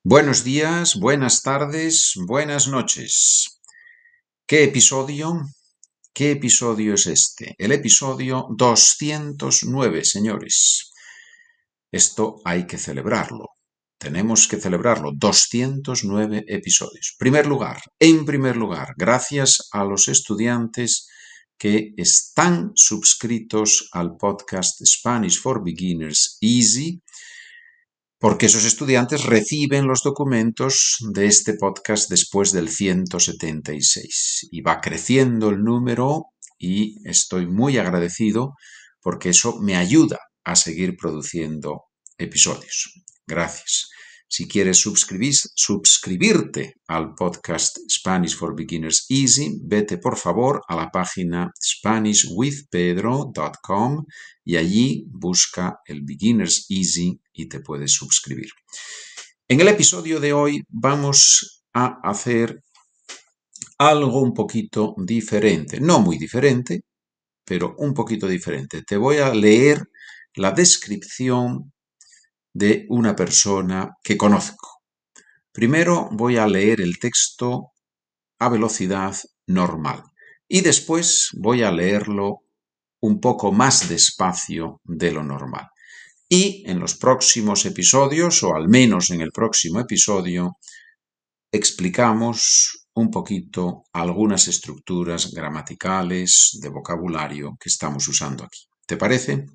Buenos días, buenas tardes, buenas noches. ¿Qué episodio? ¿Qué episodio es este? El episodio 209, señores. Esto hay que celebrarlo. Tenemos que celebrarlo. 209 episodios. En primer lugar, gracias a los estudiantes que están suscritos al podcast Spanish for Beginners Easy, porque esos estudiantes reciben los documentos de este podcast después del 176 y va creciendo el número y estoy muy agradecido porque eso me ayuda a seguir produciendo episodios. Gracias. Si quieres suscribirte al podcast Spanish for Beginners Easy, vete por favor a la página SpanishWithPedro.com y allí busca el Beginners Easy y te puedes suscribir. En el episodio de hoy vamos a hacer algo un poquito diferente, no muy diferente, pero un poquito diferente. Te voy a leer la descripción de una persona que conozco. Primero voy a leer el texto a velocidad normal y después voy a leerlo un poco más despacio de lo normal. Y en los próximos episodios, o al menos en el próximo episodio, explicamos un poquito algunas estructuras gramaticales de vocabulario que estamos usando aquí. ¿Te parece?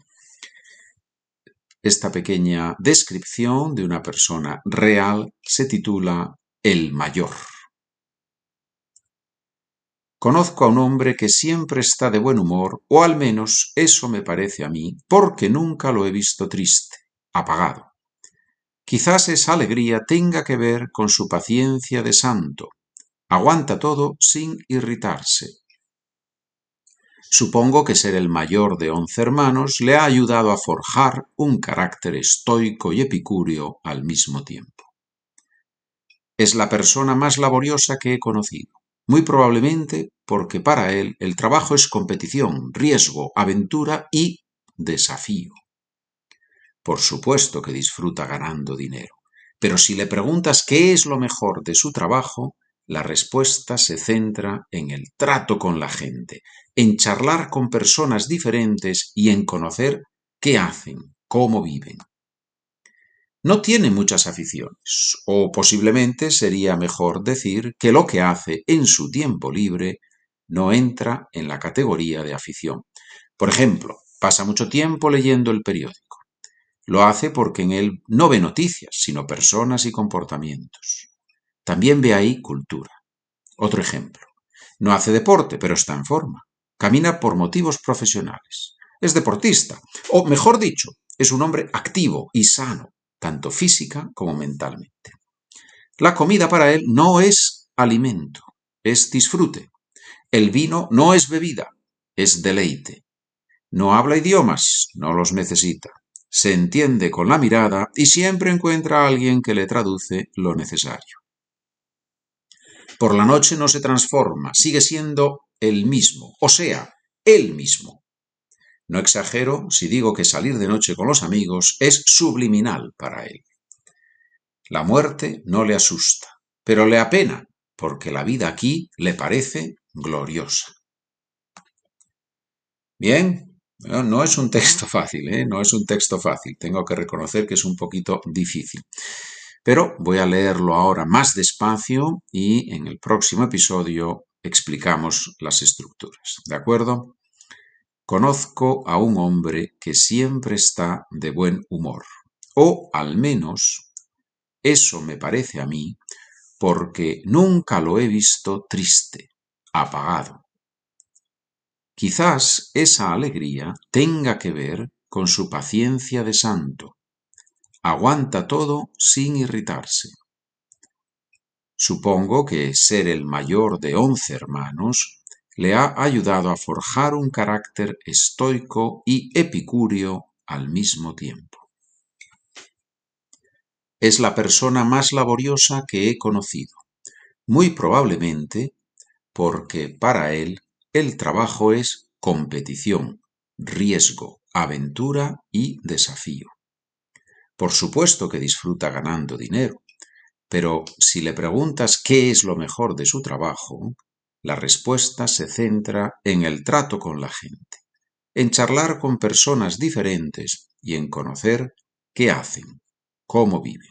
Esta pequeña descripción de una persona real se titula El Mayor. Conozco a un hombre que siempre está de buen humor, o al menos eso me parece a mí, porque nunca lo he visto triste, apagado. Quizás esa alegría tenga que ver con su paciencia de santo. Aguanta todo sin irritarse. Supongo que ser el mayor de 11 hermanos le ha ayudado a forjar un carácter estoico y epicúreo al mismo tiempo. Es la persona más laboriosa que he conocido, muy probablemente porque para él el trabajo es competición, riesgo, aventura y desafío. Por supuesto que disfruta ganando dinero, pero si le preguntas qué es lo mejor de su trabajo, la respuesta se centra en el trato con la gente, en charlar con personas diferentes y en conocer qué hacen, cómo viven. No tiene muchas aficiones, o posiblemente sería mejor decir que lo que hace en su tiempo libre no entra en la categoría de afición. Por ejemplo, pasa mucho tiempo leyendo el periódico. Lo hace porque en él no ve noticias, sino personas y comportamientos. También ve ahí cultura. Otro ejemplo. No hace deporte, pero está en forma. Camina por motivos profesionales. Es deportista, o mejor dicho, es un hombre activo y sano, tanto física como mentalmente. La comida para él no es alimento, es disfrute. El vino no es bebida, es deleite. No habla idiomas, no los necesita. Se entiende con la mirada y siempre encuentra a alguien que le traduce lo necesario. Por la noche no se transforma, sigue siendo el mismo, o sea, él mismo. No exagero si digo que salir de noche con los amigos es subliminal para él. La muerte no le asusta, pero le apena, porque la vida aquí le parece gloriosa. Bien, no es un texto fácil, ¿eh? No es un texto fácil. Tengo que reconocer que es un poquito difícil. Pero voy a leerlo ahora más despacio y en el próximo episodio explicamos las estructuras. ¿De acuerdo? Conozco a un hombre que siempre está de buen humor. O al menos eso me parece a mí, porque nunca lo he visto triste, apagado. Quizás esa alegría tenga que ver con su paciencia de santo. Aguanta todo sin irritarse. Supongo que ser el mayor de 11 hermanos le ha ayudado a forjar un carácter estoico y epicúreo al mismo tiempo. Es la persona más laboriosa que he conocido, muy probablemente porque para él el trabajo es competición, riesgo, aventura y desafío. Por supuesto que disfruta ganando dinero, pero si le preguntas qué es lo mejor de su trabajo, la respuesta se centra en el trato con la gente, en charlar con personas diferentes y en conocer qué hacen, cómo viven.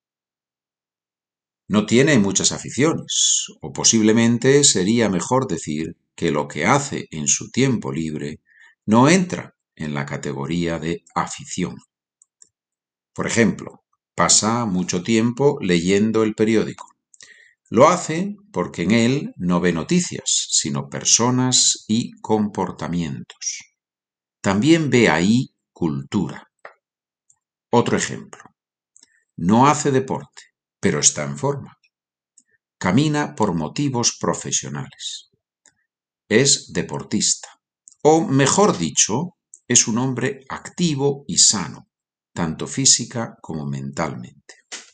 No tiene muchas aficiones, o posiblemente sería mejor decir que lo que hace en su tiempo libre no entra en la categoría de afición. Por ejemplo, pasa mucho tiempo leyendo el periódico. Lo hace porque en él no ve noticias, sino personas y comportamientos. También ve ahí cultura. Otro ejemplo. No hace deporte, pero está en forma. Camina por motivos profesionales. Es deportista. O, mejor dicho, es un hombre activo y sano, tanto física como mentalmente.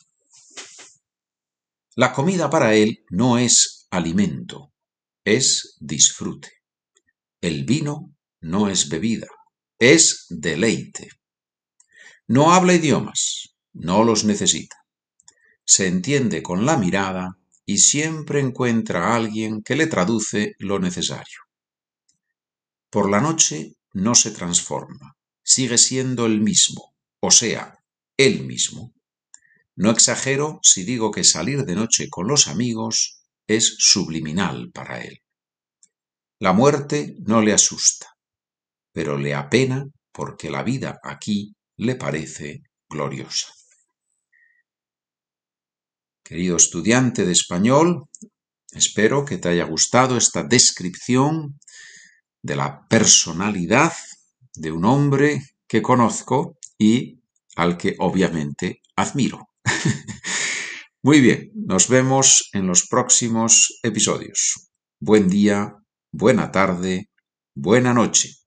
La comida para él no es alimento, es disfrute. El vino no es bebida, es deleite. No habla idiomas, no los necesita. Se entiende con la mirada y siempre encuentra a alguien que le traduce lo necesario. Por la noche no se transforma, sigue siendo el mismo, o sea, él mismo. No exagero si digo que salir de noche con los amigos es subliminal para él. La muerte no le asusta, pero le apena porque la vida aquí le parece gloriosa. Querido estudiante de español, espero que te haya gustado esta descripción de la personalidad de un hombre que conozco y al que obviamente admiro. Muy bien, nos vemos en los próximos episodios. Buen día, buena tarde, buena noche.